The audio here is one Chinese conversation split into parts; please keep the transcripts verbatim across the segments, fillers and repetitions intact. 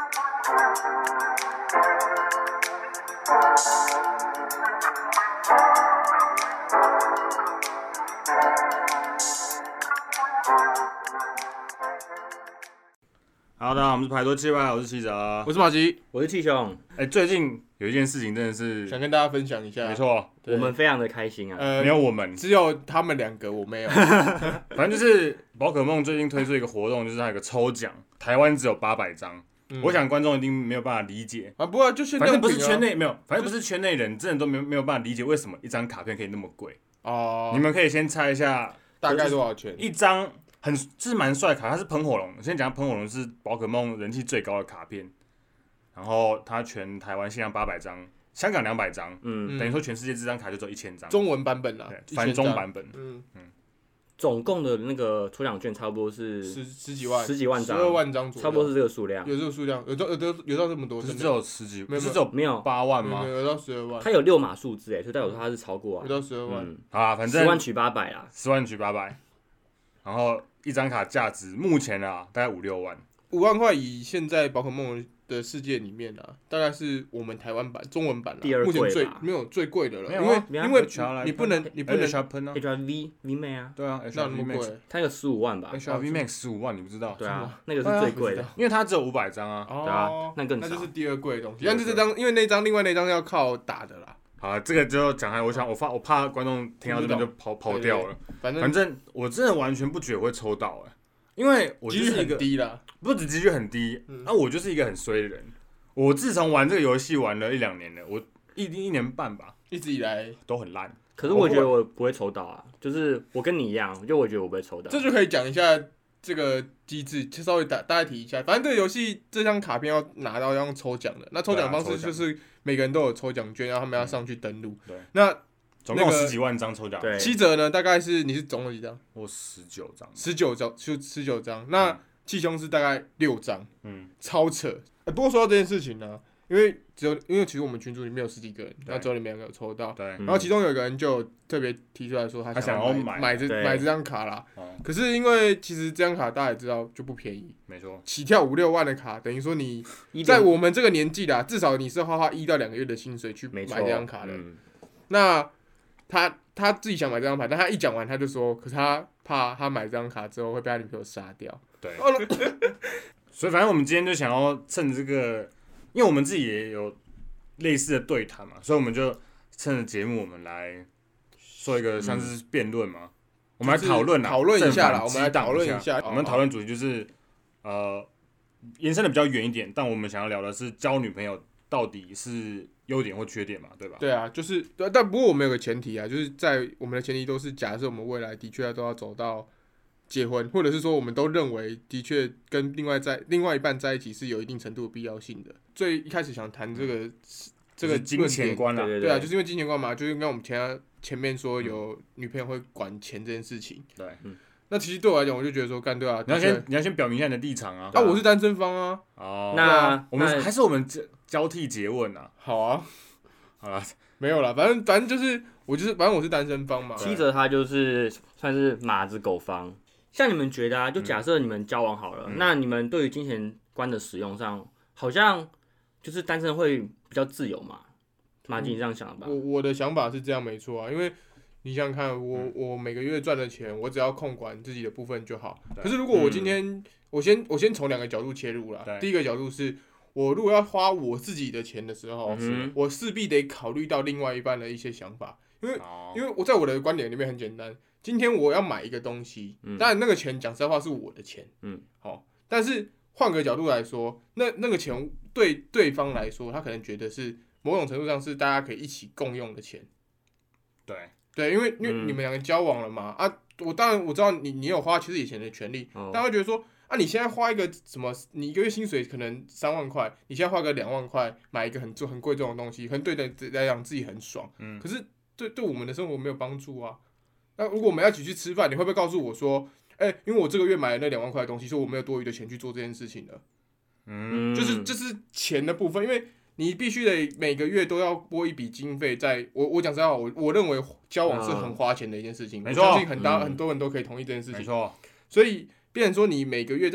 好，大家好，我们是排多七百，我是七哲， 我是马吉， 我是气兄。 哎、欸，最近有一件事情真的是想跟大家分享一下。 没错， 我们非常的开心啊。 呃， 没有我们， 只有他们两个，我没有。 反正就是宝可梦最近推出一个活动，就是它有个抽奖，台湾只有八百张。嗯、我想观众一定没有办法理解啊，不过就限量、啊、 反正不是圈内没有，反正不是圈内人，真的都没有没有办法理解为什么一张卡片可以那么贵哦。你们可以先猜一下大概多少钱？ 一张很是蛮帅的卡，它是喷火龙。先讲喷火龙是宝可梦人气最高的卡片，然后它全台湾限量八百张，香港两百张，嗯，等于说全世界这张卡就只有一千张， 中文版本啦， 繁中版本，嗯嗯。总共的那个抽奖券差不多是十十几万， 十几万张， 十二万张左右， 差不多是这个数量。 有这个数量，有到有到有到这么多， 不是只有十几， 没有不是只有没有八万吗？ 没有，有到十二万。 它有六码数字哎，所以代表说它是超过啊， 有到十二万。 嗯， 好啊，反正十万取八百啦， 十万取八百，然后一张卡价值目前啊大概五六万， 五万块以现在宝可梦的世界里面啊，大概是我们台湾版中文版第二贵吧， 目前最没有最贵的了， 因为因为你不能你不能 H R 喷啊 ，H R V V Max 啊， 对啊， 那那么贵， 它有十五万吧 ，H R V Max 十五万，你不知道？ 对啊，那个是最贵的， 因为它只有五百张啊， 对啊，那更少， 那就是第二贵的东西。但是这张因为那张另外那张要靠打的啦。 好，这个就讲开，我想我怕我怕观众听到这边就跑跑掉了。 反正反正我真的完全不觉得会抽到哎，因为我就是一个低啦， 不止几率很低，那我就是一个很衰的人。我自从玩这个游戏玩了一两年了，我一一年半吧， 一直以来都很烂。 可是我觉得我不会抽到啊，就是我跟你一样，就我觉得我不会抽到。 这就可以讲一下这个机制，就稍微大大概提一下。反正这个游戏这张卡片要拿到要用抽奖的，那抽奖方式就是每个人都有抽奖券，然后他们要上去登录。 对， 那总共十几万张抽奖。 对， 七折呢，大概是你是总了几张？ 我十九张， 十九张就十九张。那气胸是大概六张，嗯，超扯。欸、不过说到这件事情呢、啊，因为只有因为其实我们群组里面有十几个人，那只有你们两个有抽到， 对。 然后其中有一个人就特别提出来说他想要买买这买这张卡啦、哦，可是因为其实这张卡大家也知道就不便宜， 没错， 起跳五六万的卡，等于说你在我们这个年纪啦，至少你是花花一到两个月的薪水去买这张卡的。嗯、那他他自己想买这张卡，但他一讲完他就说，可是他怕他买这张卡之后会被他女朋友杀掉。 对。所以反正我们今天就想要趁这个，因为我们自己也有类似的对谈嘛，所以我们就趁着节目我们来做一个像是辩论嘛、嗯，我们来讨论讨论一下啦，我们来讨论一下， 我们讨论主题就是呃延伸的比较远一点，但我们想要聊的是交女朋友到底是优点或缺点嘛，对吧？ 对啊，就是但不过我们有个前提啊，就是在我们的前提都是假设我们未来的确都要走到结婚，或者是说我们都认为的确跟另外在另外一半在一起是有一定程度的必要性的。最一开始想谈这个、嗯、这个金钱观啊， 对, 对, 对, 对啊，就是因为金钱观嘛，就是跟我们前前面说有女朋友会管钱这件事情。 对，嗯， 那其实对我来讲，我就觉得说干对啊， 你要先你要先表明一下你的立场啊。 啊，我是单身方啊。 哦， 那、 啊、 我们还是我们交替诘问啊。 好啊， 好啦， 没有啦，反正反正就是我就是反正我是单身方嘛。 七折他就是算是马子狗方。像你们觉得啊，就假设你们交往好了，嗯、那你们对于金钱观的使用上，好像就是单身会比较自由嘛？马吉，你这样想的吧？ 我我的想法是这样，没错啊，因为你想想看，我、嗯、我每个月赚的钱，我只要控管自己的部分就好。可是如果我今天，嗯、我先我先从两个角度切入啦。第一个角度是，我如果要花我自己的钱的时候，嗯、我势必得考虑到另外一半的一些想法，因为、哦、因为我在我的观点里面很简单。今天我要买一个东西，当然那个钱讲实话是我的钱，嗯，好，但是换个角度来说，那那个钱对对方来说，他可能觉得是某种程度上是大家可以一起共用的钱， 对对，因为因为你们两个交往了嘛，啊，我当然我知道你你有花其实以前的权利，哦、但会觉得说啊，你现在花一个什么，你一个月薪水可能三万块，你现在花个两万块买一个很很贵重的东西，可能对的来讲自己很爽，嗯，可是对对我们的生活没有帮助啊。那如果我们要一起去吃饭，你会不会告诉我说，哎、欸，因为我这个月买了那两万块的东西，所以我没有多余的钱去做这件事情了？嗯，就是就是钱的部分，因为你必须得每个月都要拨一笔经费在，我我讲实话，我我认为交往是很花钱的一件事情，没错，我相信很大、嗯、很多人都可以同意这件事情， 没错。 所以变成说你每个月在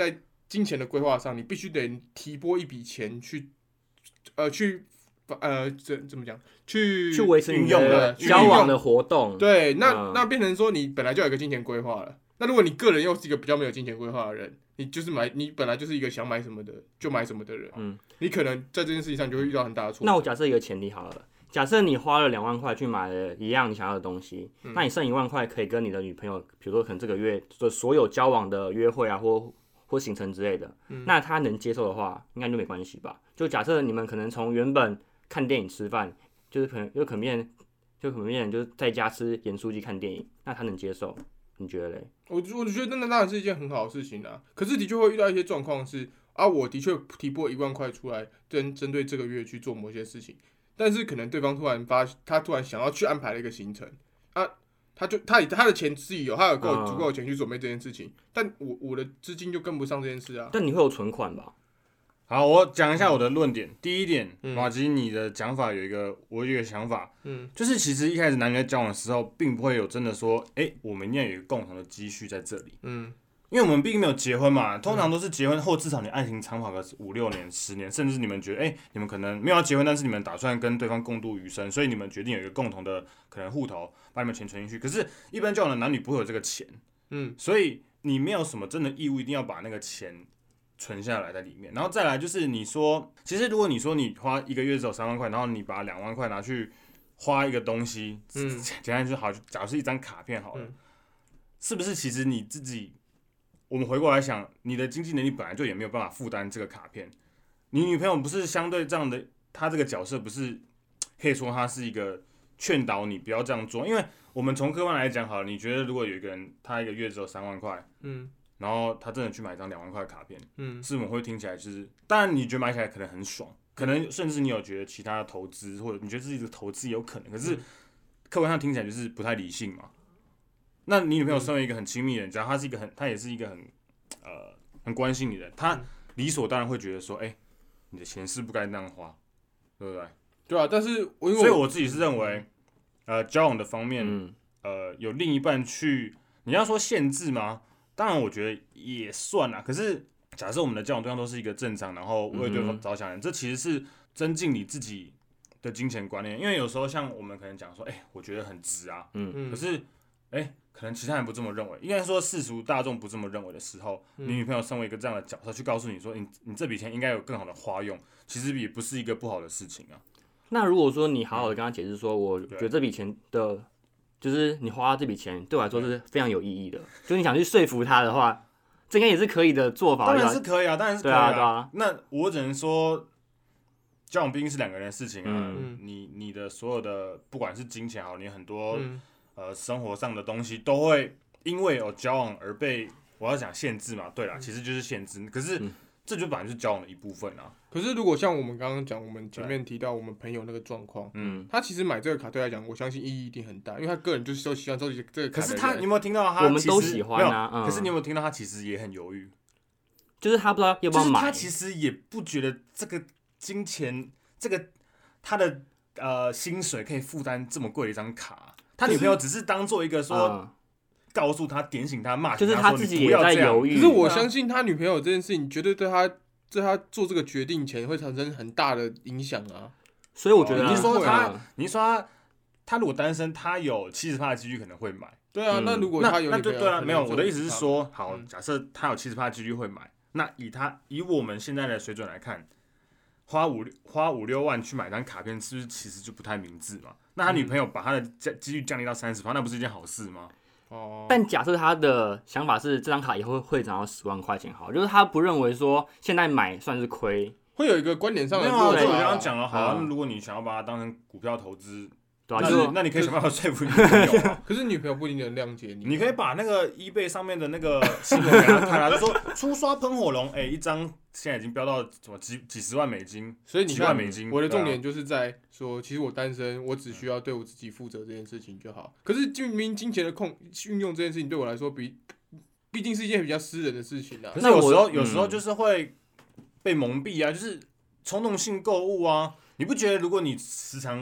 金钱的规划上，你必须得提拨一笔钱去，呃，去，呃，怎怎么讲？去去维持你用的的交往的活动。 对，那、 嗯、 那变成说你本来就有一个金钱规划了。那如果你个人又是一个比较没有金钱规划的人，你就是买，你本来就是一个想买什么的就买什么的人，嗯，你可能在这件事情上就会遇到很大的挫折。 那我假设一个前提好了，假设你花了两万块去买了一样你想要的东西，嗯、那你剩一万块可以跟你的女朋友，比如说可能这个月的所有交往的约会啊，或或行程之类的，嗯、那她能接受的话，应该就没关系吧？就假设你们可能从原本看电影吃饭，就是可能有可能变，就可能变就是在家吃盐酥鸡看电影，那她能接受？你觉得嘞？ 我我觉得那当然是一件很好的事情啦。可是的确会遇到一些状况是啊，我的确提拨一万块出来，针针对这个月去做某些事情，但是可能对方突然发，他突然想要去安排了一个行程啊，他就他他的钱自己有，他有够足够的钱去准备这件事情，但我我的资金就跟不上这件事啊。 但你会有存款吧？ 好，我讲一下我的论点。第一点，马吉，你的讲法有一个，我有一个想法，嗯，就是其实一开始男女在交往的时候，并不会有真的说，哎、欸，我们一定要有一个共同的积蓄在这里，嗯，因为我们毕竟没有结婚嘛，通常都是结婚后至少你爱情长跑个五六年、十年，甚至你们觉得，哎、欸，你们可能没有要结婚，但是你们打算跟对方共度余生，所以你们决定有一个共同的可能户头，把你们钱存进去。可是，一般交往的男女不会有这个钱，嗯，所以你没有什么真的义务一定要把那个钱存下来在里面，然后再来就是你说，其实如果你说你花一个月只有三万块，然后你把两万块拿去花一个东西，嗯，简单就好，假如是一张卡片好了，嗯、是不是？其实你自己，我们回过来想，你的经济能力本来就也没有办法负担这个卡片，你女朋友不是相对这样的，她这个角色不是可以说她是一个劝导你不要这样做，因为我们从客观来讲好了，你觉得如果有一个人他一个月只有三万块，嗯。然后他真的去买一张两万块的卡片，嗯，是我们会听起来就是，当然你觉得买起来可能很爽，可能甚至你有觉得其他的投资或者你觉得自己的投资有可能，可是客观上听起来就是不太理性嘛。那你女朋友身为一个很亲密的人，只要她是一个很，她也是一个很呃很关心你的人，她理所当然会觉得说，哎、欸，你的钱是不该那样花，对不对？ 对啊，但是我所以我自己是认为，呃，交往的方面，嗯、呃，有另一半去，你要说限制吗？当然，我觉得也算啦。可是，假设我们的交往对象都是一个正常，然后为对方着想的人，嗯、这其实是增进你自己的金钱观念。因为有时候像我们可能讲说，哎、欸，我觉得很值啊，嗯，可是，哎、欸，可能其他人不这么认为。应该说世俗大众不这么认为的时候，嗯、你女朋友身为一个这样的角色，去告诉你说，你你这笔钱应该有更好的花用，其实也不是一个不好的事情啊。 那如果说你好好的跟他解释说，我觉得这笔钱的。就是你花这笔钱对我来说是非常有意义的，就是你想去说服他的话，这应该也是可以的做法。 当然是可以啊，当然是可以啊。 对啊对啊， 那我只能说，交往毕竟是两个人的事情啊。嗯、你你的所有的不管是金钱好，你很多、嗯、呃生活上的东西都会因为有交往而被我要讲限制嘛。对啦，嗯、其实就是限制。可是、嗯、这就本来就是交往的一部分啊。 可是如果像我们刚刚讲，我们前面提到我们朋友那个状况，嗯，他其实买这个卡对他讲，我相信意义一定很大，因为他个人就是喜欢收集这个卡。 可是他，你有没有听到他？ 我们都喜欢啊。 嗯、可是你有没有听到他其实也很犹豫？ 就是他不知道要不要买。 就是他其实也不觉得这个金钱，这个他的呃薪水可以负担这么贵的一张卡。他女朋友只是当做一个说。嗯告诉他、点醒他、骂醒他， 就是他自己也在犹豫。 可是我相信他女朋友这件事情，绝对对他、对他做这个决定前会产生很大的影响啊。 所以我觉得， 你说他，你说他，他如果单身，他有七十趴的几率可能会买。 对啊，嗯、那如果他有那对对啊，没有，我的意思是说，好，假设他有七十趴的几率会买，那以他以我们现在的水准来看，花五花五六万去买张卡片，是不是其实就不太明智嘛？那他女朋友把他的几率降低到三十趴，那不是一件好事吗？ 哦、但假设他的想法是这张卡以后会涨到十万块钱，好，就是他不认为说现在买算是亏， 会有一个观点上的落差。我刚刚讲了，好、啊，嗯、如果你想要把它当成股票投资，对啊，那你那你可以想办法说服你女朋友、啊。 可是女朋友不一定能谅解你。 你可以把那个 eBay 上面的那个新闻给他看啊，就说初刷喷火龙，哎、欸，一张现在已经飙到什么几几十万美金， 所以你几万美金。 我的重点就是在说，其实我单身，我只需要对我自己负责这件事情就好。可是明明金钱的控运用这件事情对我来说比，毕竟是一件比较私人的事情啊。 可是有时候、嗯、有时候就是会被蒙蔽啊，就是冲动性购物啊。你不觉得如果你时常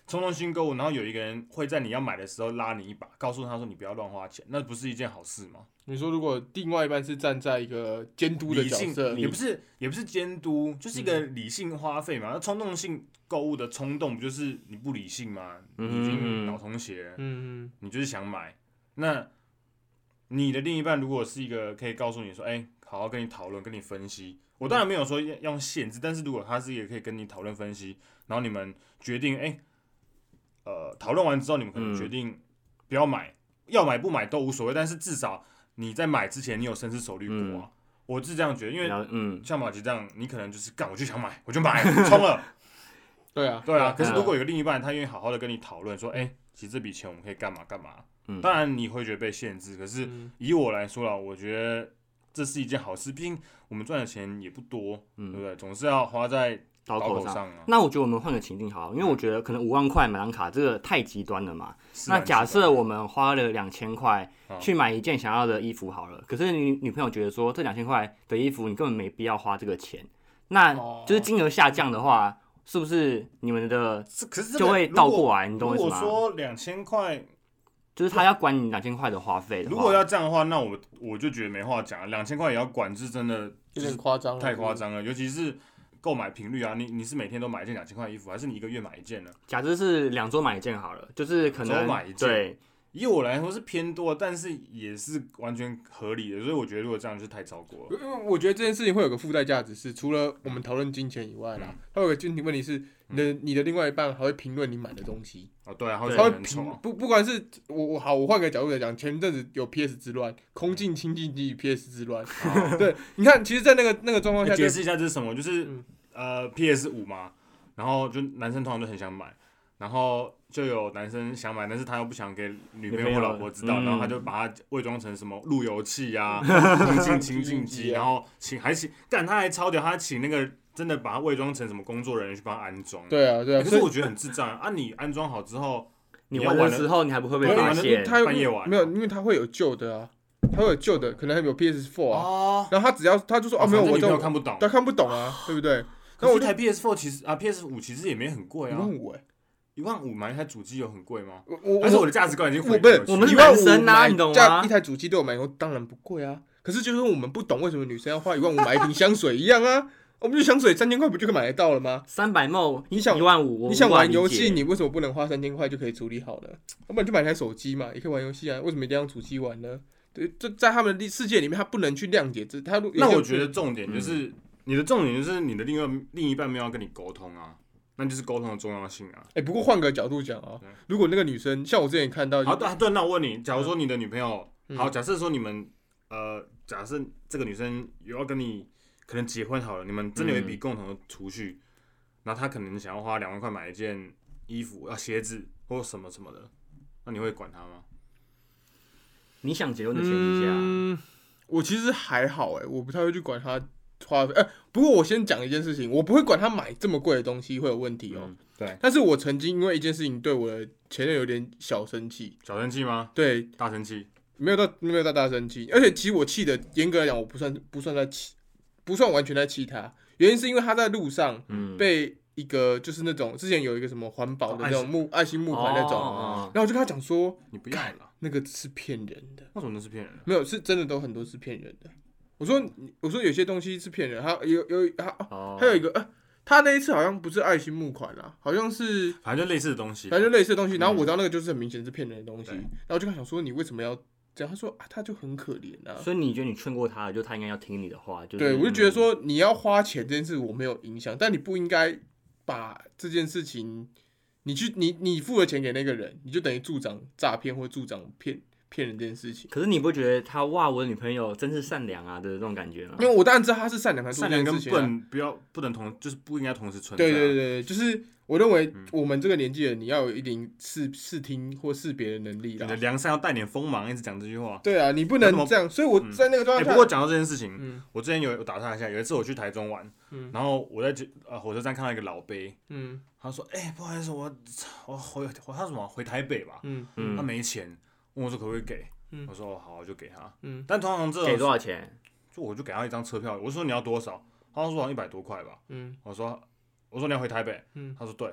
冲动性购物，然后有一个人会在你要买的时候拉你一把，告诉他说你不要乱花钱，那不是一件好事吗？ 你说如果另外一半是站在一个监督的角色， 也不是也不是监督，就是一个理性花费嘛。那、嗯、冲动性购物的冲动不就是你不理性吗？ 嗯、 你已经脑充血， 嗯， 你就是想买。那你的另一半如果是一个可以告诉你说，哎、欸，好好跟你讨论，跟你分析。我当然没有说要用限制，但是如果他是一个可以跟你讨论分析，然后你们决定，哎、欸，呃，讨论完之后，你们可能决定不要买，嗯、要买不买都无所谓，但是至少你在买之前，你有深思熟虑过啊。嗯、我是这样觉得，因为嗯，像马吉这样，你可能就是干，我就想买，我就买，冲了。 对啊， 对啊。可是如果有个另一半，他愿意好好的跟你讨论，说，哎、欸，其实这笔钱我们可以干嘛干嘛。嗯、当然你会觉得被限制，可是以我来说啦，我觉得这是一件好事，毕竟我们赚的钱也不多，嗯、对不对？总是要花在刀口上啊。 那我觉得我们换个情境好了，因为我觉得可能五万块买张卡这个太极端了嘛。那假设我们花了两千块去买一件想要的衣服好了，可是你女朋友觉得说这两千块的衣服你根本没必要花这个钱，那就是金额下降的话，是不是你们的就会倒过来？你懂我意思吗？ 如果说两千块。 就是他要管你两千块的花费的话， 如果要这样的话，那我我就觉得没话讲，两千块也要管，是真的有点夸张， 太夸张了。尤其是购买频率啊，你你是每天都买一件两千块的衣服，还是你一个月买一件呢？ 假设是两周买一件好了，就是可能周买一件，对，以我来说是偏多，但是也是完全合理的，所以我觉得如果这样就是太超过了。 因为我觉得这件事情会有个附带价值是，除了我们讨论金钱以外啦，嗯、还有个经济问题是。你的你的另外一半还会评论你买的东西哦，对啊，他会评不不管是我我好，我换个角度来讲，前阵子有 P S 之乱，空境清净机与 P S 之乱，哦、对，你看，其实，在那个那个状况下， 解释一下这是什么，就是、嗯、呃 P S 五嘛，然后就男生通常都很想买，然后就有男生想买，但是他又不想给女朋友或老婆知道，嗯、然后他就把它伪装成什么路由器啊、空境清净机，然后请还请，干他还超屌，他请那个。真的把它伪装成什么工作人员去帮他安装？ 对啊，对啊。 可是我觉得很智障啊！你安装好之后， 你玩的时候你还不会被发现？ 半夜玩没有，因为它会有旧的啊，它会有旧的，可能还有 P S 四 啊。哦。然后他只要他就说哦，没有，我这看不懂， 他看不懂啊，对不对？ 那我台 P S 四 其实啊 ，P S 五其实也没很贵啊， 一万五哎， 一万五买一台主机有很贵吗？ 我但是我的价值观已经回不是我们是男生啊，你懂吗？ 一台主机对我们来说当然不贵啊，可是就是我们不懂为什么女生要花一万五买一瓶香水一样啊。我们就香水三千块不就可以买得到了吗？ 三百 ml 你想一万五， 你想玩游戏，你为什么不能花三千块就可以处理好呢？要不然就买台手机嘛，也可以玩游戏啊。为什么一定要用主机玩呢？对，就在他们的世界里面，他不能去谅解这。他那我觉得重点就是、嗯、你的重点就是你的另外另一半没有要跟你沟通啊，那就是沟通的重要性啊。 哎、欸，不过换个角度讲啊，如果那个女生像我之前看到， 好对对，那我问你，假如说你的女朋友，嗯、好，假设说你们呃，假设这个女生有要跟你。可能结婚好了，你们真的有一笔共同的储蓄，嗯、然后他可能想要花两万块买一件衣服、啊鞋子或什么什么的，那你会管他吗？ 你想结婚的前提下， 嗯、我其实还好哎、欸，我不太会去管他花费。哎、欸，不过我先讲一件事情，我不会管他买这么贵的东西会有问题哦、喔嗯。 对。 但是我曾经因为一件事情对我的前任有点小生气。 小生气吗？ 对， 大生气。 没有到没有到大生气，而且其实我气的，严格来讲，我不算不算在气。不算完全在气他，原因是因为他在路上被一个就是那种之前有一个什么环保的那种木爱心木牌那种，然后我就跟他讲说， 你不要了， 那个是骗人的。 为什么那是骗人的？ 没有，是真的都很多是骗人的。我说我说有些东西是骗人，还有有还还有一个呃，他那一次好像不是爱心木款啦，好像是反正就类似的东西， 反正就类似的东西。然后我知道那个就是很明显是骗人的东西，然后我就跟他讲说，你为什么要？这样他说啊，他就很可怜啊。 所以你觉得你劝过他了，就他应该要听你的话，就是、 对，我就觉得说你要花钱这件事我没有影响，但你不应该把这件事情，你去你你付了钱给那个人，你就等于助长诈骗或助长骗骗人这件事情。 可是你不觉得他哇，我的女朋友真是善良啊的这种感觉吗？ 因为我当然知道他是善良， 善良跟不能不要不能同，就是不应该同时存在。 对对对，就是我认为我们这个年纪的人，你要有一定视视听或识别的能力啦。 你的良善要带点锋芒，一直讲这句话。 对啊，你不能这样。所以我在那个状态下、 嗯欸。不过讲到这件事情，嗯、我之前有有打岔一下，有一次我去台中玩，嗯、然后我在呃火车站看到一个老伯，嗯、他说：“哎、欸，不好意思，我我回他什么回台北吧，嗯、他没钱，问我说可不可以给。”嗯、我说好，我就给他。嗯、但通常这给多少钱？ 就我就给他一张车票。我说你要多少？他说好像一百多块吧。嗯、我说我说你要回台北？嗯、他说对。我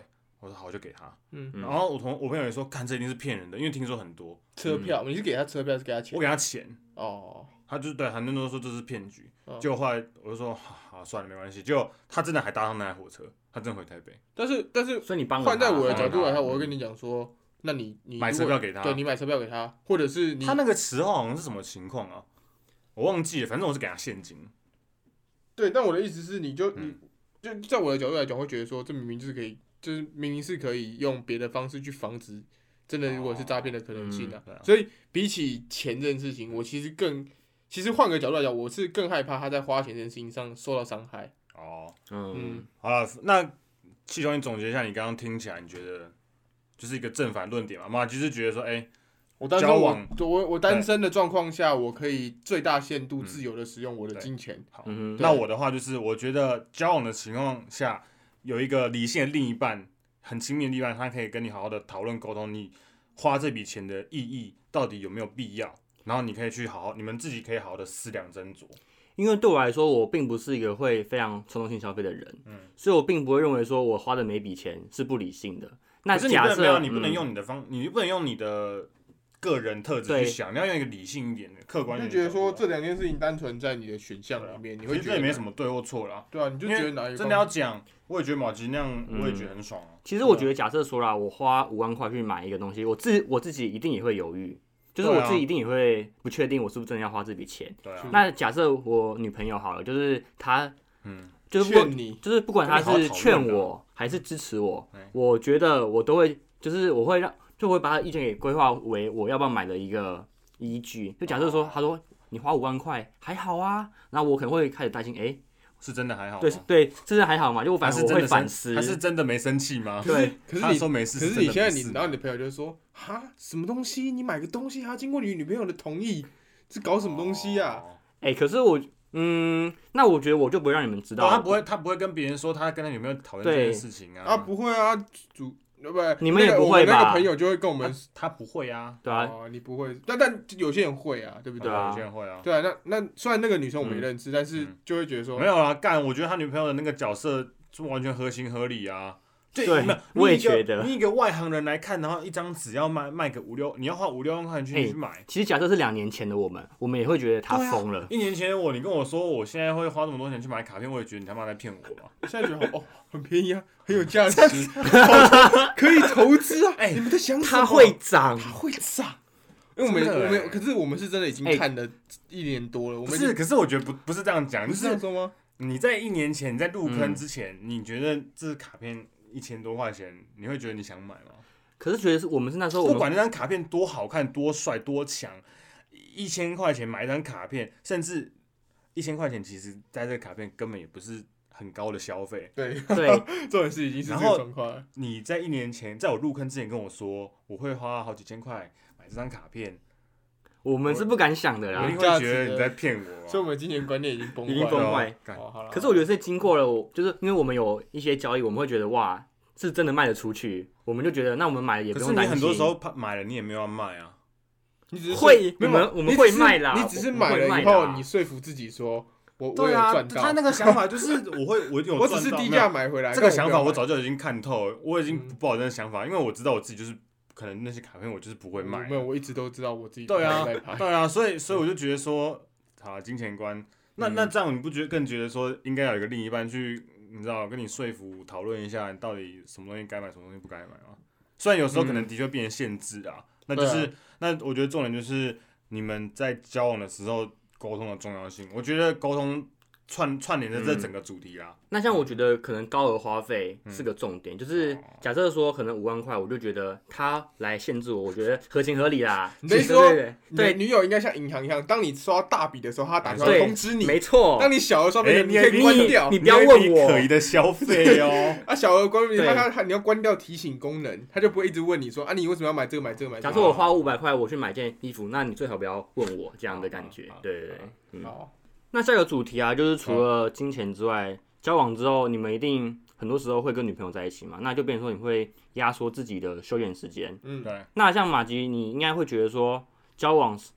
我说好，就给他。 嗯， 然后我同我朋友也说，看这一定是骗人的，因为听说很多车票，你是给他车票，还是给他钱？ 我给他钱， 哦， 他就是对很多人都说这是骗局， 哦结果后来我就说好，好算了，没关系。结果他真的还搭上那台火车，他真的回台北。 但是但是所以你帮了他换在我的角度来看， 帮了他我会跟你讲说，那你你买如果车票给他对你买车票给他，或者是你他那个时候好像是什么情况啊？我忘记了，反正我是给他现金。 对，但我的意思是，你就你嗯就在我的角度来讲，会觉得说，这明明就是可以，就是明明是可以用别的方式去防止真的如果是诈骗的可能性啊。 嗯啊所以比起钱这件事情，我其实更，其实换个角度来讲，我是更害怕他在花钱这件事情上受到伤害。 哦， 嗯， 嗯， 好了，那气兄，你总结一下，你刚刚听起来，你觉得就是一个正反论点嘛？马吉是觉得说，哎、欸， 我单身交往我我我单身的状况下，我可以最大限度自由的使用我的金钱。 好， 嗯那我的话就是，我觉得交往的情况下，有一个理性的另一半，很亲密的另一半，他可以跟你好好的讨论沟通，你花这笔钱的意义到底有没有必要，然后你可以去好好，你们自己可以好好的思量斟酌。 因为对我来说，我并不是一个会非常冲动性消费的人，嗯，所以我并不会认为说我花的每笔钱是不理性的。那假设你不能用你的方，嗯、你不能用你的个人特质去想，你要用一个理性一点的、客观一点的。 就觉得说这两件事情单纯在你的选项里面，你会觉得也没什么对或错啦。 对啊，你就觉得哪一个真的要讲，我也觉得马吉那样，我也觉得很爽啊。 嗯、其实我觉得，假设说啦，我花五万块去买一个东西，我自我自己一定也会犹豫。就是我自己一定也会不确定我是不是真的要花这笔钱。 对啊。 那假设我女朋友好了，就是她， 嗯， 就是劝你， 就是不管她是劝我还是支持我，我觉得我都会，就是我会让，就会把她的意见给规划为我要不要买的一个依据。就假设说，她说你花五万块还好啊，然后我可能会开始担心，哎、欸。 是真的还好吗？ 对对，真的还好嘛？就我反正我会反思， 他是真的没生气吗？ 对， 可是你说没事， 可是你现在你，然后你的朋友就说，哈，什么东西？你买个东西还要经过你女朋友的同意，是搞什么东西啊？ 哎、哦欸，可是我，嗯，那我觉得我就不会让你们知道， 哦、他不会，他不会跟别人说他跟他女朋友讨论这件事情啊。 啊，不会啊，主。对不对？ 你们也不会吧？ 那个朋友就会跟我们， 他不会啊， 对啊， 哦，你不会，但但有些人会啊，对不对？ 有些人会啊， 对啊，那那虽然那个女生我没认识，但是就会觉得说没有啊，干，我觉得他女朋友的那个角色是完全合情合理啊。 对，我也觉得， 你一个外行人来看，然后一张纸要卖卖个五六，你要花五六万块钱去买。 其实假设是两年前的我们，我们也会觉得他疯了。 一年前的我，你跟我说我现在会花这么多钱去买卡片，我也觉得你他妈在骗我嘛。 现在觉得哦，很便宜啊，很有价值，可以投资啊。哎，你们在想什么？ 它会涨， 它会涨。因为我们我们可是我们是真的已经看了一年多了，我们是，可是我觉得不不是这样讲， 不是这样说吗？ 你在一年前你在入坑之前，你觉得这卡片一千多块钱，你会觉得你想买吗？ 可是觉得是我们是那时候， 不管那张卡片多好看、多帅、多强，一千块钱买一张卡片，甚至一千块钱，其实在这个卡片根本也不是很高的消费。 对对， 这种事已经是这个状况。 你在一年前，在我入坑之前跟我说，我会花好几千块买这张卡片， 我们是不敢想的啦。 我一定会觉得你在骗我， 所以我们今年观念已经崩坏， 已经崩坏。 哦、 可是我觉得是经过了，就是因为我们有一些交易，我们会觉得哇。是真的卖得出去，我们就觉得那我们买了也不用担心。 可是你很多时候买了，你也没有要卖啊。 你只是会，我们我们会卖啦。 你只是买了以后，你说服自己说，我我有赚到。 他那个想法就是我会我有我只是低价买回来。 这个想法我早就已经看透了，我已经不保证想法，因为我知道我自己就是可能那些卡片我就是不会卖。 没有，我一直都知道我自己对啊，对啊，所以所以我就觉得说，好金钱观，那那这样你不觉得更觉得说应该有一个另一半去？你知道，跟你说服讨论一下，你到底什么东西该买，什么东西不该买吗？虽然有时候可能的确变成限制啊，嗯、那就是、啊、那我觉得重点就是你们在交往的时候沟通的重要性。我觉得沟通串串联的这整个主题啦、嗯。 那像我觉得可能高额花费是个重点，嗯、就是假设说可能五万块，我就觉得他来限制我，我觉得合情合理啦。 你的意思说，对女友应该像银行一样，当你刷大笔的时候，他打出来通知你， 没错。 当你小额刷费，你可以关掉， 你不要问我可疑的消费哦。 啊，小额关闭，他他你要关掉提醒功能，他就不会一直问你说啊，你为什么要买这个买这个买这个？ 假设我花五百块我去买件衣服，那你最好不要问我这样的感觉。对对对，嗯。好。那下一个主题啊，就是除了金钱之外，嗯、交往之后，你们一定很多时候会跟女朋友在一起嘛？那就变成说你会压缩自己的休闲时间。 嗯，对。 那像马吉，你应该会觉得说，交往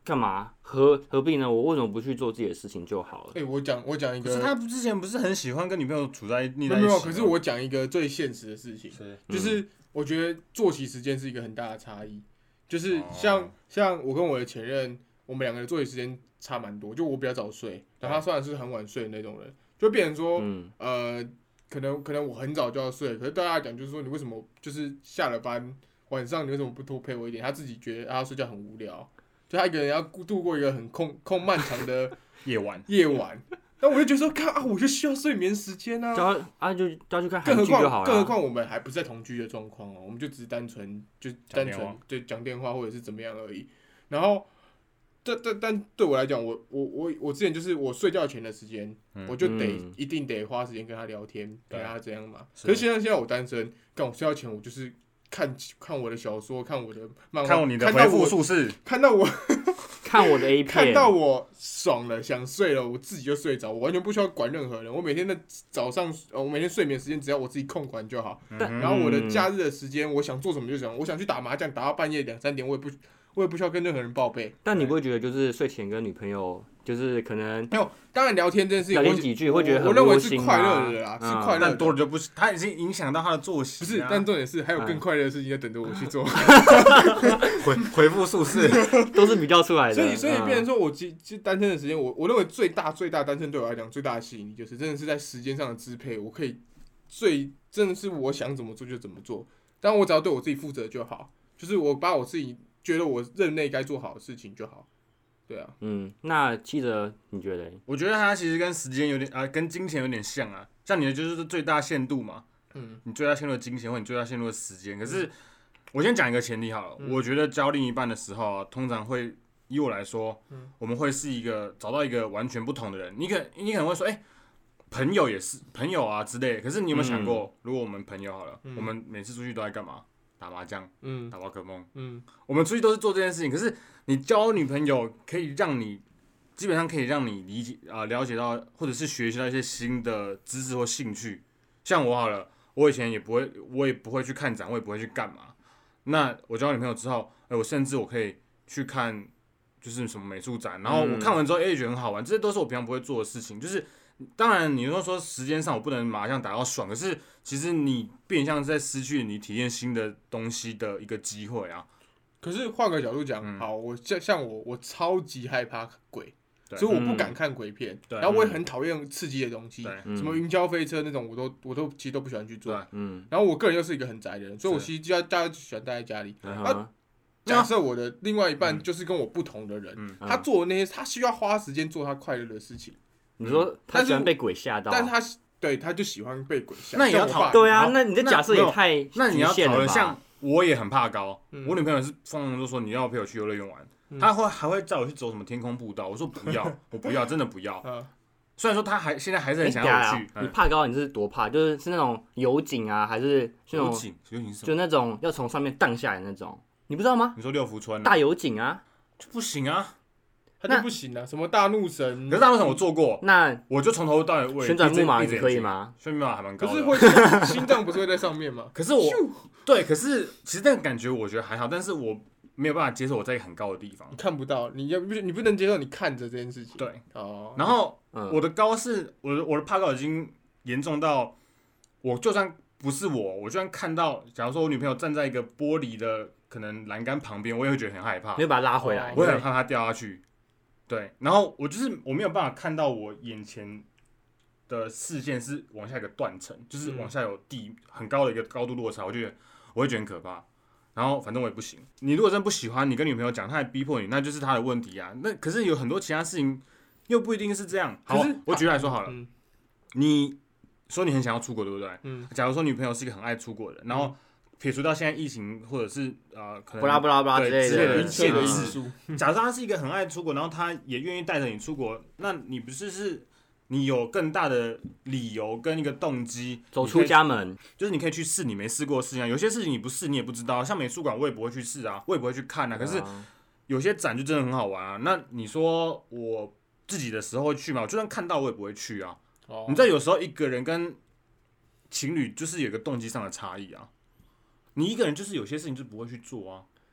干嘛？何何必呢？我为什么不去做自己的事情就好了？ 哎、欸，我讲我讲一个， 可是他之前不是很喜欢跟女朋友处在腻在一起？ 没有，可是我讲一个最现实的事情， 是就是我觉得作息时间是一个很大的差异。就是像、哦、像我跟我的前任，我们两个的作息时间差蛮多。就我比较早睡，然后他虽然是很晚睡的那种人，就变成说，嗯、呃，可能可能我很早就要睡，可是对他来讲，就是说你为什么就是下了班晚上你为什么不多陪我一点？他自己觉得他睡觉很无聊，就他一个人要度过一个很空空漫长的夜晚夜晚。但我就觉得说，看啊，我就需要睡眠时间啊， 就啊就就去看韩剧就好了。 更何况我们还不是在同居的状况哦，我们就只是单纯就单纯就讲电话或者是怎么样而已。然后，但但但对我来讲，我我我我之前就是我睡觉前的时间，嗯、我就得、嗯、一定得花时间跟他聊天，跟他这样嘛。可是现在现在我单身，干我睡觉前我就是看看我的小说，看我的漫画， 看你的回复数字， 看到我。 看我的 A 片， 看到我爽了，想睡了，我自己就睡着，我完全不需要管任何人。我每天的早上，我每天睡眠时间只要我自己控管就好。嗯、然后我的假日的时间，我想做什么就想，我想去打麻将，打到半夜两三点，我也不，我也不需要跟任何人报备。 但你不会觉得就是睡前跟女朋友，就是可能没有，当然聊天这件事情， 聊天几句会觉得很我认为是快乐的啦，嗯、是快乐的。 但多了就不是，他已经影响到他的作息、啊。 不是，但重点是还有更快乐的事情在等着我去做。 回回复数字都是比较出来的。 所以所以变成说我其实单身的时间，我我认为最大最大单身对我来讲最大的吸引力就是真的是在时间上的支配，我可以最真的是我想怎么做就怎么做，但我只要对我自己负责就好，就是我把我自己觉得我任内该做好的事情就好。对啊， 嗯，那七哲你觉得？ 我觉得它其实跟时间有点啊，跟金钱有点像啊。像你的就是最大限度嘛，嗯，你最大限度的金钱或你最大限度的时间。可是我先讲一个前提好了，嗯、我觉得交另一半的时候啊，通常会以我来说，嗯、我们会是一个找到一个完全不同的人。你可你可能会说，哎、欸，朋友也是朋友啊之类的。可是你有没有想过，嗯、如果我们朋友好了，嗯、我们每次出去都在干嘛？打麻将，嗯，打宝可梦，嗯，我们出去都是做这件事情。可是你交女朋友可以让你，基本上可以让你理解啊、呃，了解到或者是学习到一些新的知识或兴趣。像我好了，我以前也不会，我也不会去看展，我也不会去干嘛。那我交女朋友之后，哎、欸，我甚至我可以去看，就是什么美术展，然后我看完之后，哎、欸，觉得很好玩。这些都是我平常不会做的事情，就是。当然，你如果说时间上我不能麻将打到爽，可是其实你变相是在失去你体验新的东西的一个机会啊。 可是换个角度讲，嗯、好，我像像我，我超级害怕鬼，所以我不敢看鬼片。嗯、然后我也很讨厌刺激的东西，什么云霄飞车那种，我都我都其实都不喜欢去做。嗯、然后我个人又是一个很宅的人，所以我其实家大家喜欢待在家里。那假设我的另外一半就是跟我不同的人，嗯、他做的那些，他需要花时间做他快乐的事情。 你说他喜欢被鬼吓到， 但是他对他就喜欢被鬼吓。 那也要讨对啊，那你的假设也太局限了吧？ 那你要讨论，像我也很怕高，嗯、我女朋友是放常都说你要陪我去游乐园玩，嗯、她会还会载我去走什么天空步道，我说不要，我不要，真的不要。嗯、虽然说她还现在还是很想要我去。 欸、你怕高，你是多怕？就是是那种油井啊，还是那种油井？油井是什么？ 就那种要从上面荡下来的那种，你不知道吗？ 你说六福村、啊、 大油井啊， 就不行啊。 他就不行啊！什么大怒神？ 可是大怒神我做过， 那我就从头到尾旋转木马你可以吗？ 旋转木马还蛮高的， 可是会心脏不是会在上面吗？ 可是我对，可是其实那个感觉我觉得还好，但是我没有办法接受我在一个很高的地方， 你看不到，你要你不能接受你看着这件事情。 对， 哦。 然后、嗯、我的高是我的我的怕高已经严重到，我就算不是我，我就算看到，假如说我女朋友站在一个玻璃的可能栏杆旁边，我也会觉得很害怕， 你会把她拉回来， 我也很怕她掉下去。对，然后我就是我没有办法看到我眼前的视线是往下一个断层，就是往下有地很高的一个高度落差，我就觉得我会觉得很可怕。然后反正我也不行，你如果真的不喜欢，你跟女朋友讲，她还逼迫你，那就是她的问题啊。那可是有很多其他事情又不一定是这样。好，我举例来说好了，嗯、你说你很想要出国，对不对？嗯。假如说女朋友是一个很爱出国的人，然后撇除到现在疫情或者是呃可能不拉不拉不拉之类的限制，假如他是一个很爱出国，然后他也愿意带着你出国，那你不是是你有更大的理由跟一个动机走出家门， 就是你可以去试你没试过的事情啊。有些事情你不试你也不知道，像美术馆我也不会去试啊，我也不会去看啊。可是有些展就真的很好玩啊。那你说我自己的时候会去吗？我就算看到我也不会去啊。哦、你知道有时候一个人跟情侣就是有一个动机上的差异啊。你一个人就是有些事情就不会去做啊。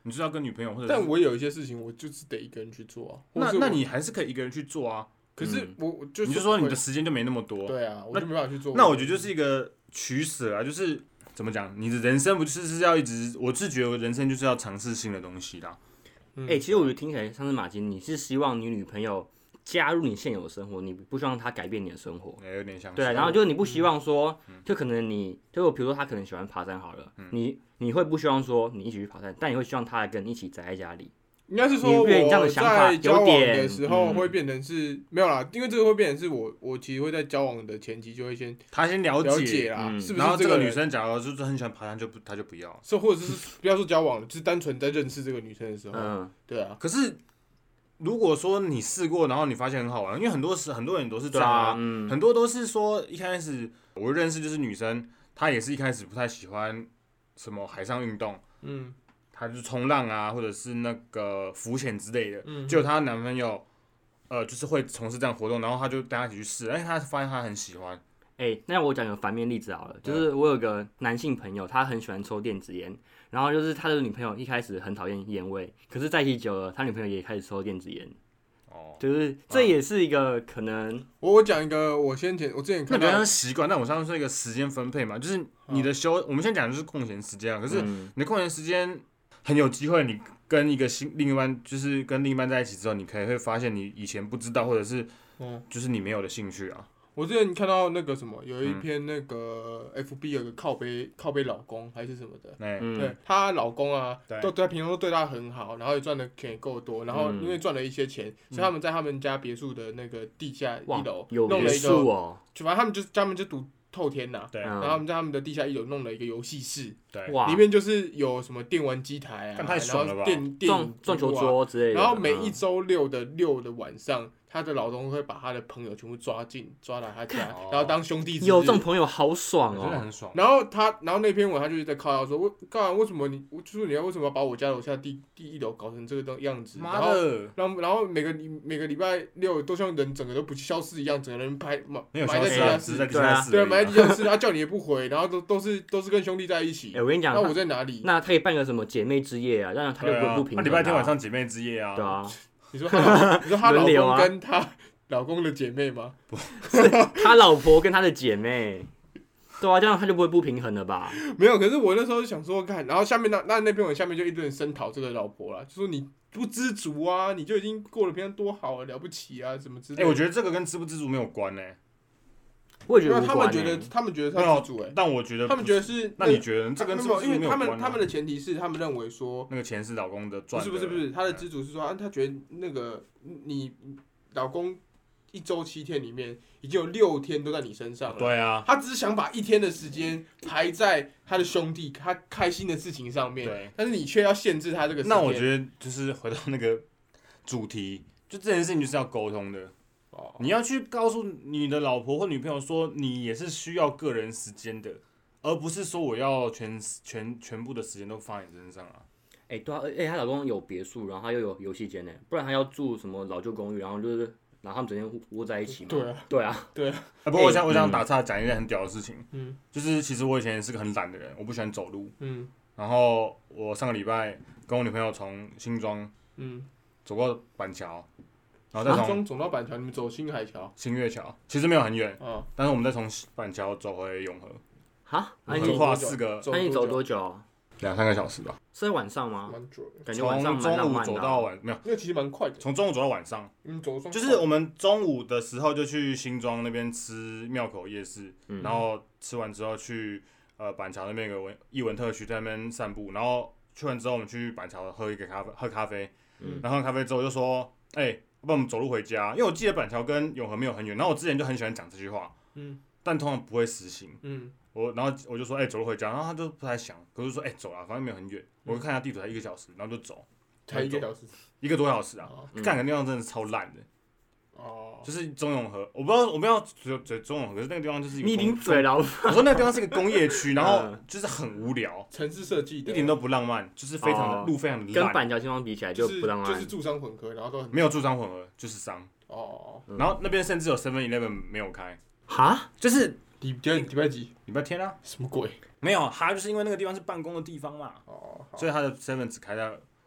你就是要跟女朋友或者。 但我有一些事情，我就是得一个人去做啊。 那那你还是可以一个人去做啊。 可是我我就是你就说你的时间就没那么多。 对啊，我就没办法去做。 那我觉得就是一个取舍啊，就是怎么讲，你的人生不就是要一直，我是觉得人生就是要尝试新的东西啦。 哎、欸，其实我觉得听起来像是马金，你是希望你女朋友加入你现有的生活，你不希望她改变你的生活， 欸、有点像。 对、啊，然后就是你不希望说，嗯、就可能你就比如说她可能喜欢爬山好了，嗯、你你会不希望说你一起去爬山，但你会希望她来跟你一起宅在家里。 应该是说我在交往的时候会变成是、嗯、没有啦，因为这个会变成是我我其实会在交往的前期就会先他先了解了解啦， 嗯、 是不是、這個？ 然后这个女生假如就是很喜欢爬山，就不她就不要， 是或者是不要说交往了，就是单纯在认识这个女生的时候，嗯，对啊。 可是如果说你试过，然后你发现很好玩，因为很多时很多人都是这样啊，啊嗯、很多都是说一开始我认识就是女生，她也是一开始不太喜欢什么海上运动，嗯。她就是冲浪啊，或者是那个浮潜之类的。嗯，结果她男朋友，呃，就是会从事这样活动，然后她就带她一起去试，而且她发现她很喜欢。 哎、欸，那我讲个反面例子好了，就是我有个男性朋友，他很喜欢抽电子烟，然后就是他的女朋友一开始很讨厌烟味，可是在一起久了，他女朋友也开始抽电子烟。哦，就是这也是一个可能。 我我讲一个，我先前我之前看到， 那比较习惯，但我上次说一个时间分配嘛，就是你的休，哦、我们先讲的就是空闲时间啊，可是你的空闲时间。很有机会，你跟一个新另一半，就是跟另一半在一起之后，你可以会发现你以前不知道，或者是，就是你没有的兴趣啊。 我之前看到那个什么，有一篇那个 F B 有個靠背靠背老公还是什么的，嗯、对，她老公啊，都对平常都对她很好，然后也赚的钱也够多，然后因为赚了一些钱，嗯、所以他们在他们家别墅的那个地下一楼弄了一个， 哦、 就反正他们就他们就赌。透天呐、啊，然后他们在他们的地下一楼弄了一个游戏室， 对， 里面就是有什么电玩机台啊， 太爽了吧， 然后电电撞撞球桌之类的， 然后每一周六的六的晚上，她的老公会把他的朋友全部抓进抓来他家，然后当兄弟之日。 有这种朋友好爽哦， 真的很爽。 然后他，然后那篇文他就是在靠他说，为干嘛为什么你，就是你要为什么要把我家楼下第第一楼搞成这个样子？ 妈的！ 然后，然后每个每个礼拜六都像人整个都不消失一样，整个人拍埋埋在地下室， 对啊， 对，埋在地下室，他叫你也不回，然后都都是都是跟兄弟在一起。 哎、欸，我跟你讲， 那我在哪里？ 那他可以办个什么姐妹之夜啊，让他就不不平衡、啊。 礼拜天晚上姐妹之夜啊， 对啊。 你说她，你说她老公跟她老公的姐妹吗？ 不，是他老婆跟他的姐妹。对啊，这样他就不会不平衡了吧？ 没有，可是我那时候就想说看，然后下面那那那篇文下面就一堆人声讨这个老婆了，就说你不知足啊，你就已经过得平常多好了，了不起啊，什么之类的。 哎、欸，我觉得这个跟知不知足没有关呢、欸。 我也觉得、欸、 他们觉得他们觉得他知足哎、欸， 但我觉得他们觉得是。 那你觉得这跟知不知足没有关、啊？ 因为他们他们的前提是他们认为说那个钱是老公的赚的。 不是不是不是，他的知足是说、啊、他觉得那个你老公一周七天里面已经有六天都在你身上了。 对啊。 他只是想把一天的时间排在他的兄弟他开心的事情上面。 对。 但是你却要限制他这个时间。 那我觉得就是回到那个主题，就这件事情就是要沟通的。你要去告诉你的老婆或女朋友说，你也是需要个人时间的，而不是说我要全全全部的时间都放在你身上啊。 哎、欸，对啊，哎、欸，她老公有别墅，然后他又有游戏间呢，不然他要住什么老旧公寓，然后就是，然后他们整天窝在一起嘛。 对啊， 对啊， 对啊。 啊，不过我想、欸、我想打岔讲一件很屌的事情， 嗯， 就是其实我以前也是个很懒的人，我不喜欢走路， 嗯， 然后我上个礼拜跟我女朋友从新庄，嗯，走过板桥。然后再从走到板桥，你们走新海桥、 新月桥，其實沒有很遠， 哦、 但是我們再從板橋走回永和， 哈， 橫跨四個， 那你走多久？ 兩三個小時吧。 是在晚上嗎？ 蠻久的， 感覺晚上蠻浪漫的。 從中午走到晚，沒有， 因為其實蠻快的。 從中午走到晚上， 嗯，走就是我們中午的時候就去新莊那邊吃廟口夜市，嗯、然後吃完之後去呃板橋那邊有個藝文特區在那邊散步，然後去完之後我們去板橋喝一個咖啡，喝咖啡，嗯、然後喝咖啡之後就說，哎、欸。不然我們走路回家，因為我記得板橋跟永和沒有很遠，然後我之前就很喜歡講這句話，嗯，但通常不會實行，嗯，我然後我就說，哎、欸，走路回家，然後他就不太想，可是說，哎、欸，走啊，反正沒有很遠，我就看一下地圖才一個小時，然後就走， 才一個小時， 一個多小時啊，幹個地方真的超爛的，哦，就是中永和，我不知道我不知道嘴嘴中永和，可是那個地方就是一個， 你已經嘴了，我說那個地方是一個工業區，然後就是很無聊， 城市設計一點都不浪漫，就是非常的、哦、路非常的爛， 跟板橋新莊比起來就不浪漫， 就是、就是住商混合，然後都很沒有住商混合，就是商， 哦， 然後那邊甚至有 seven eleven 沒有開， 哈， 就是禮禮拜幾？ 禮拜天啊？ 什麼鬼？ 沒有，他就是因為那個地方是辦公的地方嘛， 哦， 所以他的 seven 只開在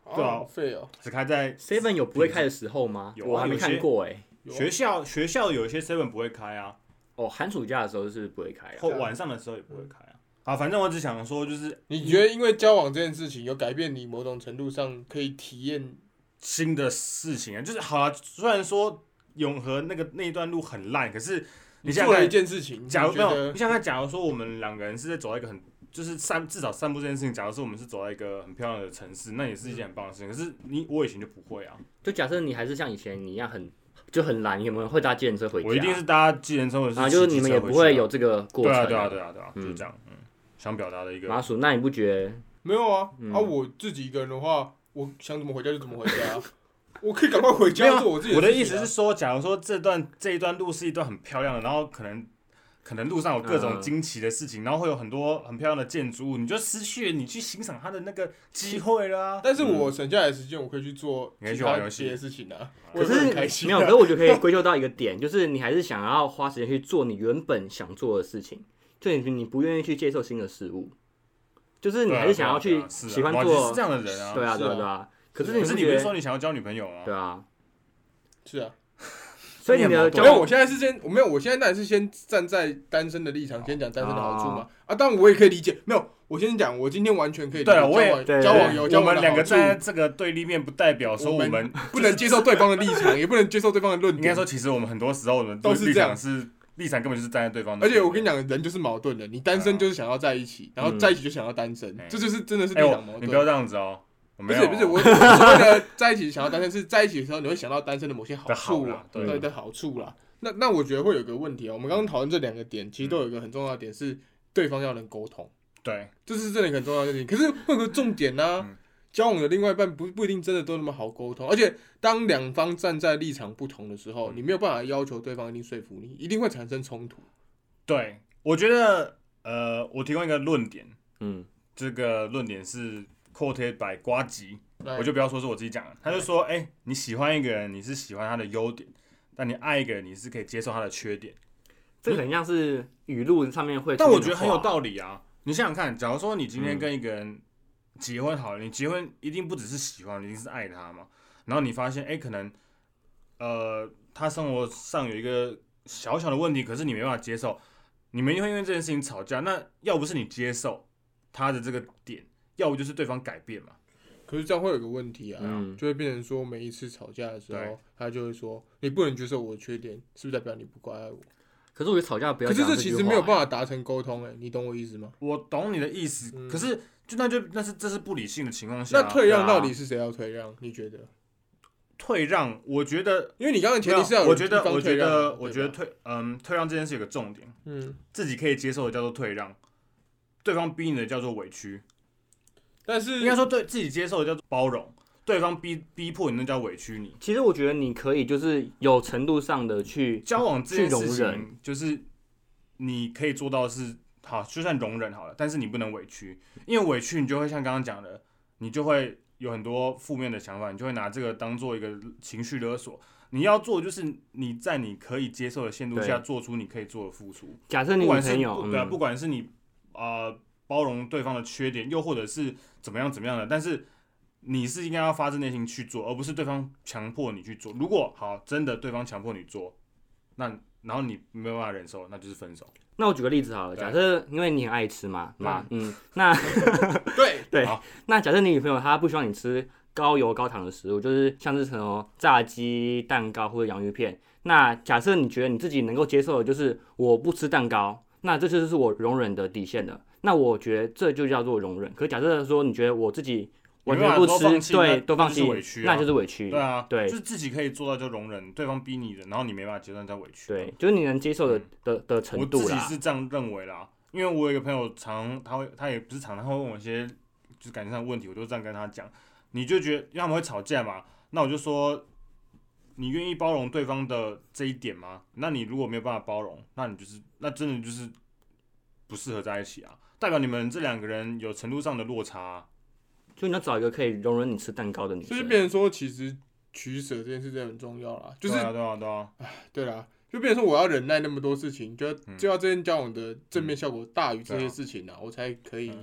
对啊， 好废哦。 只开在 seven 有不会开的时候吗？ 有啊我还没看过哎。 学校学校有一些 seven 不会开啊。 哦，寒暑假的时候是不会开啊， 或晚上的时候也不会开啊。好，反正我只想说，就是你觉得因为交往这件事情有改变你某种程度上可以体验新的事情啊，就是好啊。虽然说永和那个那一段路很烂，可是你想想看做了一件事情， 假如没有， 你你想想看，假如说我们两个人是在走在一个很就是散至少散步这件事情，假如说我们是走在一个很漂亮的城市，那也是一件很棒的事情。可是你我以前就不会啊。 就假设你还是像以前你一样很就很懒，你们会搭计程车回家？ 我一定是搭计程车或者是啊，就是你们也不会有这个过程。 对啊，对啊，对啊，对啊，就是这样。嗯，想表达的一个。 麻薯，那你不觉得？ 没有啊， 嗯、 啊，我自己一个人的话，我想怎么回家就怎么回家，我可以赶快回家做我自己的事情、啊。 我的意思是说，假如说这段这一段路是一段很漂亮的，然后可能可能路上有各种惊奇的事情，嗯、然后会有很多很漂亮的建筑物，你就失去了你去欣赏它的那个机会啦。 但是我省下来的时间，我可以去做其他这些事情啊。 可是没有，可是我觉得可以归咎到一个点，就是你还是想要花时间去做你原本想做的事情，就你你不愿意去接受新的事物。就是你还是想要去喜欢做， 是这样的人啊， 对啊，对啊，对啊。可是可是你不是说你想要交女朋友吗？ 对啊， 是啊。 所以你的交往，我现在是先，我没有，我现在当然是先站在单身的立场，先讲单身的好处嘛。啊，当然我也可以理解，没有，我先讲，我今天完全可以理解。 对，我也交往有交往的好处。 我们两个站在这个对立面，不代表说我们不能接受对方的立场，也不能接受对方的论点。 应该说，其实我们很多时候我们都是这样， 是立场根本就是站在对方的。 而且我跟你讲，人就是矛盾的，你单身就是想要在一起，然后在一起就想要单身，这就是真的是立场矛盾。 你不要这样子哦。 不是不是，我是为了在一起想要单身，是在一起的时候你会想到单身的某些好处啦，对的好处啦。那那我觉得会有一个问题啊，我们刚刚讨论这两个点，其实都有一个很重要的点是对方要能沟通， 对， 这是真的很重要的点。可是会有个重点呢、啊，嗯、交往的另外一半不不一定真的都那么好沟通，而且当两方站在立场不同的时候，你没有办法要求对方一定说服你，一定会产生冲突。 对，我觉得呃，我提供一个论点， 嗯， 这个论点是 quoted by 呱吉，我就不要说是我自己讲的，他就说，哎、欸，你喜欢一个人，你是喜欢他的优点。但你爱一个人，你是可以接受他的缺点， 这个很像是语录上面会。 但我觉得很有道理啊！你想想看，假如说你今天跟一个人结婚好了，嗯、你结婚一定不只是喜欢，一定是爱他嘛。然后你发现，哎、欸，可能呃，他生活上有一个小小的问题，可是你没办法接受，你们会因为这件事情吵架。那要不是你接受他的这个点，要不就是对方改变嘛。 可是这样会有个问题啊，嗯、就会变成说每一次吵架的时候，他就会说你不能接受我的缺点，是不是代表你不够爱我？ 可是我觉得吵架不要讲这句话。 可是这其实没有办法达成沟通，哎，你懂我意思吗？ 我懂你的意思，嗯、可是就那就那是这是不理性的情况下。 那退让到底是谁要退让？你觉得？ 退让，我觉得， 因为你刚刚前提是要有我觉得，我觉退让得，我觉得退，嗯，退让这件事有个重点， 嗯， 自己可以接受的叫做退让，对方逼你的叫做委屈。 但是应该说对自己接受的叫做包容，对方逼逼迫你那叫委屈你。 其实我觉得你可以就是有程度上的去交往这件事情，就是你可以做到的是好，就算容忍好了，但是你不能委屈，因为委屈你就会像刚刚讲的，你就会有很多负面的想法，你就会拿这个当做一个情绪勒索。你要做就是你在你可以接受的限度下做出你可以做的付出。 假设你女朋友， 对啊，不管是你呃。包容对方的缺点，又或者是怎么样怎么样的，但是你是应该要发自内心去做，而不是对方强迫你去做。如果好真的对方强迫你做，那然后你没有办法忍受，那就是分手。 那我举个例子好了，假设因为你很爱吃嘛，嘛，嗯，那对对，那假设你女朋友她不希望你吃高油高糖的食物，就是像是什么炸鸡、蛋糕或者洋芋片。那假设你觉得你自己能够接受的就是我不吃蛋糕，那这就是我容忍的底线了。那我觉得这就叫做容忍。可假设说你觉得我自己完全不吃，对，都放弃，那就是委屈。 对啊， 对， 就是自己可以做到就容忍，对方逼你的，然后你没办法接受，叫委屈。 对，就是你能接受的、嗯、的的程度啦。 我自己是这样认为啦，因为我有一个朋友常，他会，他也不是常，他会问我一些就是感情上的问题，我就这样跟他讲。你就觉得，因为他们会吵架嘛，那我就说，你愿意包容对方的这一点吗？那你如果没有办法包容，那你就是那真的就是不适合在一起啊，代表你们这两个人有程度上的落差啊。 就你要找一个可以容忍你吃蛋糕的女生。 就是变成说，其实取舍这件事真的很重要啦。就是对啊，对啊，对啊。 对啦，就变成说我要忍耐那么多事情，就要、嗯、就要这件交往的正面效果大于这些事情啊，嗯、我才可以。 嗯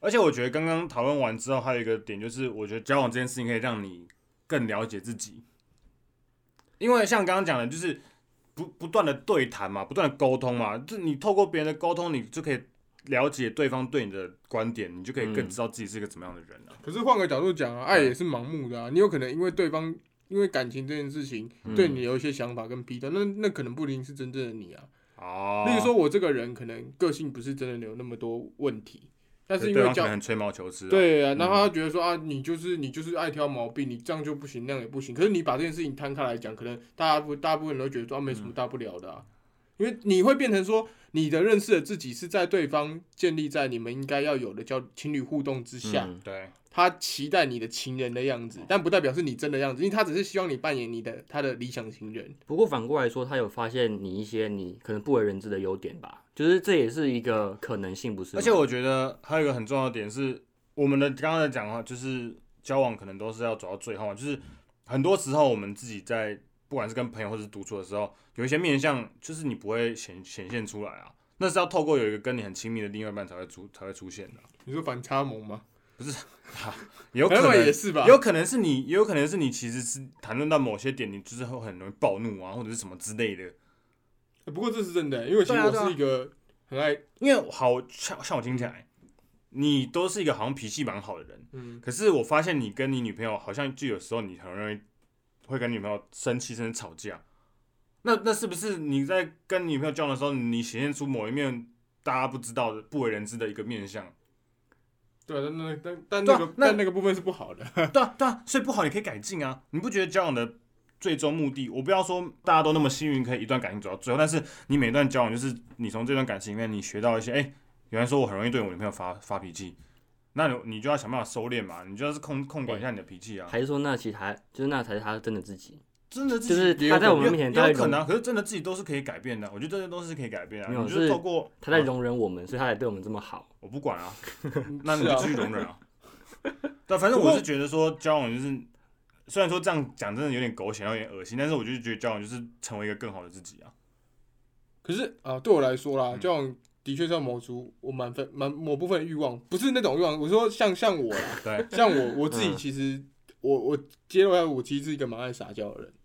而且我觉得刚刚讨论完之后，还有一个点就是，我觉得交往这件事情可以让你更了解自己，因为像刚刚讲的，就是不不断的对谈嘛，不断的沟通嘛，就你透过别人的沟通，你就可以了解对方对你的观点，你就可以更知道自己是一个怎么样的人啊。 可是换个角度讲啊，爱也是盲目的啊，你有可能因为对方因为感情这件事情对你有一些想法跟批判，那那可能不一定是真正的你啊。哦，例如说我这个人可能个性不是真的有那么多问题。但是因为对方可能很吹毛求疵、啊， 对啊，然后他觉得说啊，你就是你就是爱挑毛病，你这样就不行，那样也不行。可是你把这件事情摊开来讲，可能大部大部分人都觉得说啊，没什么大不了的啊，因为你会变成说，你的认识的自己是在对方建立在你们应该要有的叫情侣互动之下， 嗯、对， 他期待你的情人的样子，但不代表是你真的样子，因为他只是希望你扮演你的他的理想情人。 不过反过来说，他有发现你一些你可能不为人知的优点吧。就是这也是一个可能性，不是吗？ 而且我觉得还有一个很重要的点是，我们的刚刚在讲的话，就是交往可能都是要走到最后，就是很多时候我们自己在不管是跟朋友或是独处的时候，有一些面向就是你不会显显现出来啊，那是要透过有一个跟你很亲密的另外一半才会出才会出现的、啊。 你说反差萌吗？ 不是，有可能也是吧， 有可能是你，也有可能是你其实是谈论到某些点，你就是会很容易暴怒啊，或者是什么之类的。 不过这是真的，因为其实我是一个很爱， 因为好像像我听起来，你都是一个好像脾气蛮好的人，嗯，可是我发现你跟你女朋友好像就有时候你很容易会跟女朋友生气甚至吵架，那那是不是你在跟女朋友交往的时候，你显现出某一面大家不知道的、不为人知的一个面向？ 对，但那但但那个但那个部分是不好的， 对啊对啊，所以不好你可以改进啊，你不觉得交往的最终目的，我不要说大家都那么幸运可以一段感情走到最后，但是你每段交往就是你从这段感情里面你学到一些，哎、欸，原来说我很容易对我女朋友发发脾气，那你就要想办法收敛嘛，你就要是控控管一下你的脾气啊。 还是说那其实还就是那才是他真的自己， 真的自己就是他在我们面前也有可能、啊，可是真的自己都是可以改变的，我觉得这些都是可以改变啊。你就是透过他在容忍我们，所以他才对我们这么好。 我不管啊，那你就继续容忍啊。对，反正我是觉得说交往就是。虽然说这样讲真的有点狗血，有点恶心，但是我就觉得交往就是成为一个更好的自己啊。 可是啊，对我来说啦，嗯、交往的确是要满足我满分满某部分的欲望，不是那种欲望。我说像像我啦， 对， 像我我自己其实、嗯、我我揭露一下，我其实是一个蛮爱撒娇的人。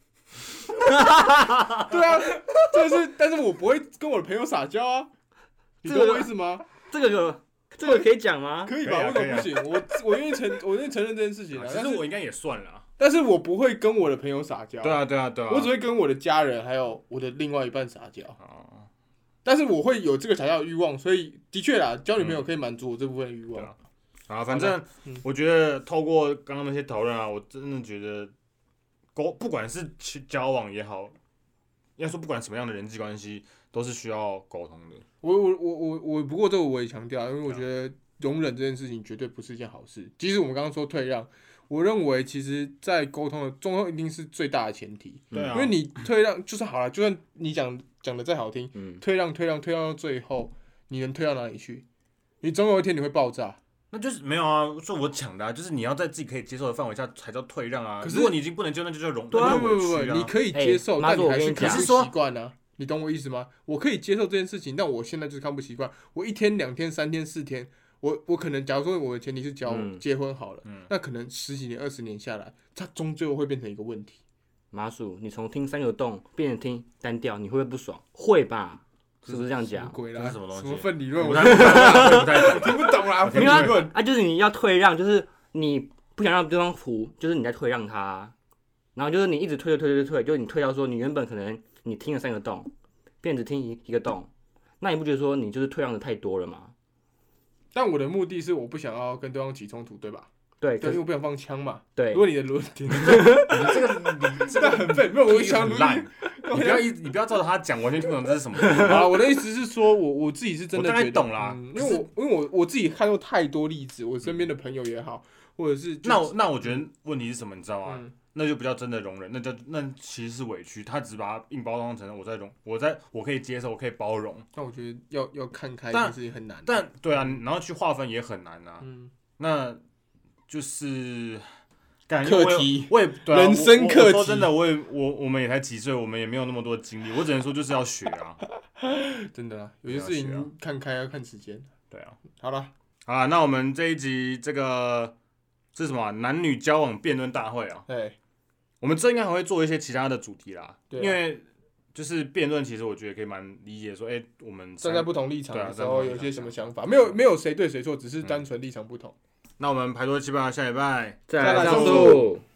对啊，就是，但是我不会跟我的朋友撒娇啊，你懂我意思吗？ 这个就。这个可以讲吗？ 可以吧？为什么不行？我我愿意承，我愿意承认这件事情啊。 其实我应该也算了、啊， 但是我不会跟我的朋友撒娇。 对啊，对啊，对啊。 我只会跟我的家人还有我的另外一半撒娇。哦。但是我会有这个撒娇的欲望，所以的确啦，交女朋友可以满足我这部分的欲望。 啊, 啊，反正我觉得透过刚刚那些讨论啊，我真的觉得沟不管是交往也好，要说不管什么样的人际关系，都是需要沟通的。 我我我我我，不过这个我也强调，因为我觉得容忍这件事情绝对不是一件好事。即使我们刚刚说退让，我认为其实在沟通的中通一定是最大的前提。 对啊， 因为你退让就是好了，就算你讲讲的再好听，嗯、退让退让退让到最后，你能退到哪里去？你总有一天你会爆炸。 那就是没有啊，说我讲的、啊，就是你要在自己可以接受的范围下才叫退让啊。可是如果你已经不能接受，那就叫容， 对啊， 那就不不不，你可以接受，欸、但你还是看不习惯啊。你懂我意思吗？我可以接受这件事情，但我现在就是看不习惯。我一天、两天、三天、四天，我我可能，假如说我的前提是交、嗯、结婚好了，嗯、那可能十几年、二十年下来，它终究会变成一个问题。 麻薯，你从听三个洞变成听单调，你会不会不爽？会吧？是不是这样讲？ 鬼啦！ 这是什么东西？ 什么分理论？ 我听不懂啦。 分理论啊，就是你要退让，就是你不想让对方服，就是你在退让他，然后就是你一直退退退退退，就是你退到说你原本可能。你听了三个洞，变只听一个洞，那你不觉得说你就是退让的太多了吗？ 但我的目的是我不想要跟对方起冲突，对吧？ 对， 对，因为我不想放枪嘛。 对， 如果你的逻辑，你这个你这个很废，没有我枪很烂。你不要一你不要照着他讲，完全听不懂这是什么。 啊，我的意思是说，我我自己是真的觉得懂啦、 嗯，因为我因为我我自己看过太多例子，我身边的朋友也好，或者是那我那我觉得问题是什么，你知道吗？嗯，那就不叫真的容忍，那叫那其实是委屈，他只把它硬包装成我在容，我在我可以接受，我可以包容。 但我觉得要要看开这件事情很难。 但对啊，然后去划分也很难啊。嗯，那就是课题， 我也对、啊、 人生课题。 说真的，我也我我们也才几岁，我们也没有那么多经历，我只能说就是要学啊。 真的啊，有些事情看开要看时间。 对啊， 好了。 啊，那我们这一集这个是什么、啊？男女交往辩论大会啊。 对， 我们这应该还会做一些其他的主题啦， 啊、 因为就是辩论，其实我觉得可以蛮理解说，哎、欸，我们站在不同立场的时候啊、 有一些什么想法，没有没有谁对谁错，只是单纯立场不同。 嗯、那我们排多七八，下礼拜再来上诉。